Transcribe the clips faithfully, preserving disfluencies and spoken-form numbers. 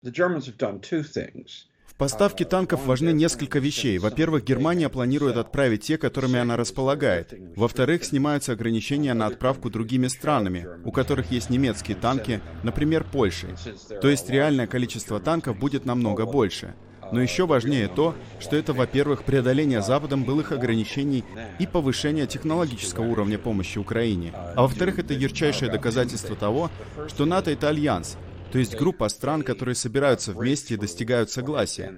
В поставке танков важны несколько вещей. Во-первых, Германия планирует отправить те, которыми она располагает. Во-вторых, снимаются ограничения на отправку другими странами, у которых есть немецкие танки, например, Польшей. То есть реальное количество танков будет намного больше. Но еще важнее то, что это, во-первых, преодоление Западом былых ограничений и повышение технологического уровня помощи Украине. А во-вторых, это ярчайшее доказательство того, что НАТО — это альянс, то есть группа стран, которые собираются вместе и достигают согласия.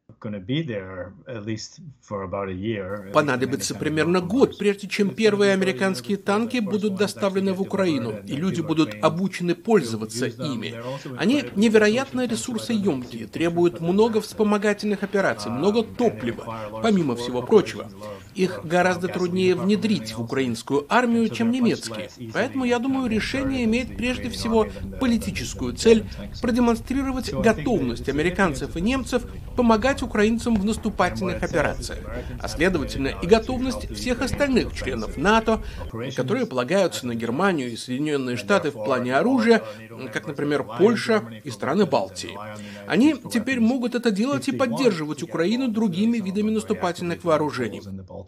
Понадобится примерно год, прежде чем первые американские танки будут доставлены в Украину, и люди будут обучены пользоваться ими. Они невероятно ресурсоемкие, требуют много вспомогательных операций, много топлива, помимо всего прочего. Их гораздо труднее внедрить в украинскую армию, чем немецкие. Поэтому, я думаю, решение имеет прежде всего политическую цель продемонстрировать готовность американцев и немцев помогать украинцам в наступательных операциях, а следовательно и готовность всех остальных членов НАТО, которые полагаются на Германию и Соединенные Штаты в плане оружия, как, например, Польша и страны Балтии. Они теперь могут это делать и поддерживать Украину другими видами наступательных вооружений.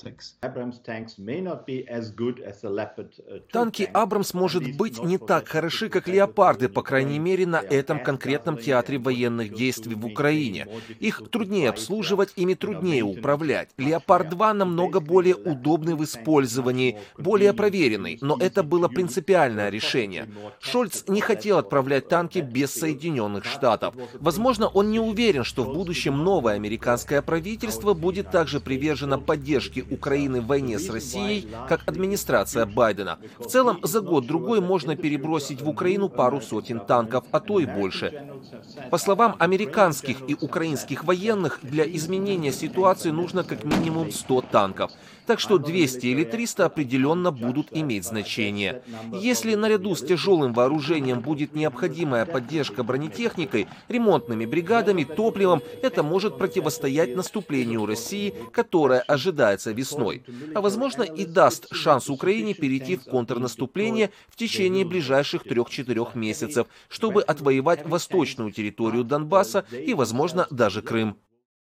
Танки «Абрамс» может быть не так хороши, как «Леопарды», по крайней мере, на этом конкретном театре военных действий в Украине. Их труднее обслуживать, ими труднее управлять. «Леопард-два» намного более удобный в использовании, более проверенный, но это было принципиальное решение. Шольц не хотел отправлять танки без Соединенных Штатов. Возможно, он не уверен, что в будущем новое американское правительство будет также привержено поддержке Украины в войне с Россией, как администрация Байдена. В целом, за год-другой можно перебросить в Украину пару сотен танков, а то и больше. По словам американских и украинских военных, для изменения ситуации нужно как минимум сто танков. Так что двести или триста определенно будут иметь значение. Если наряду с тяжелым вооружением будет необходимая поддержка бронетехникой, ремонтными бригадами, топливом, это может противостоять наступлению России, которое ожидается весной. А возможно и даст шанс Украине перейти в контрнаступление в течение ближайших трех-четырех месяцев, чтобы отвоевать восточную территорию Донбасса и, возможно, даже Крым.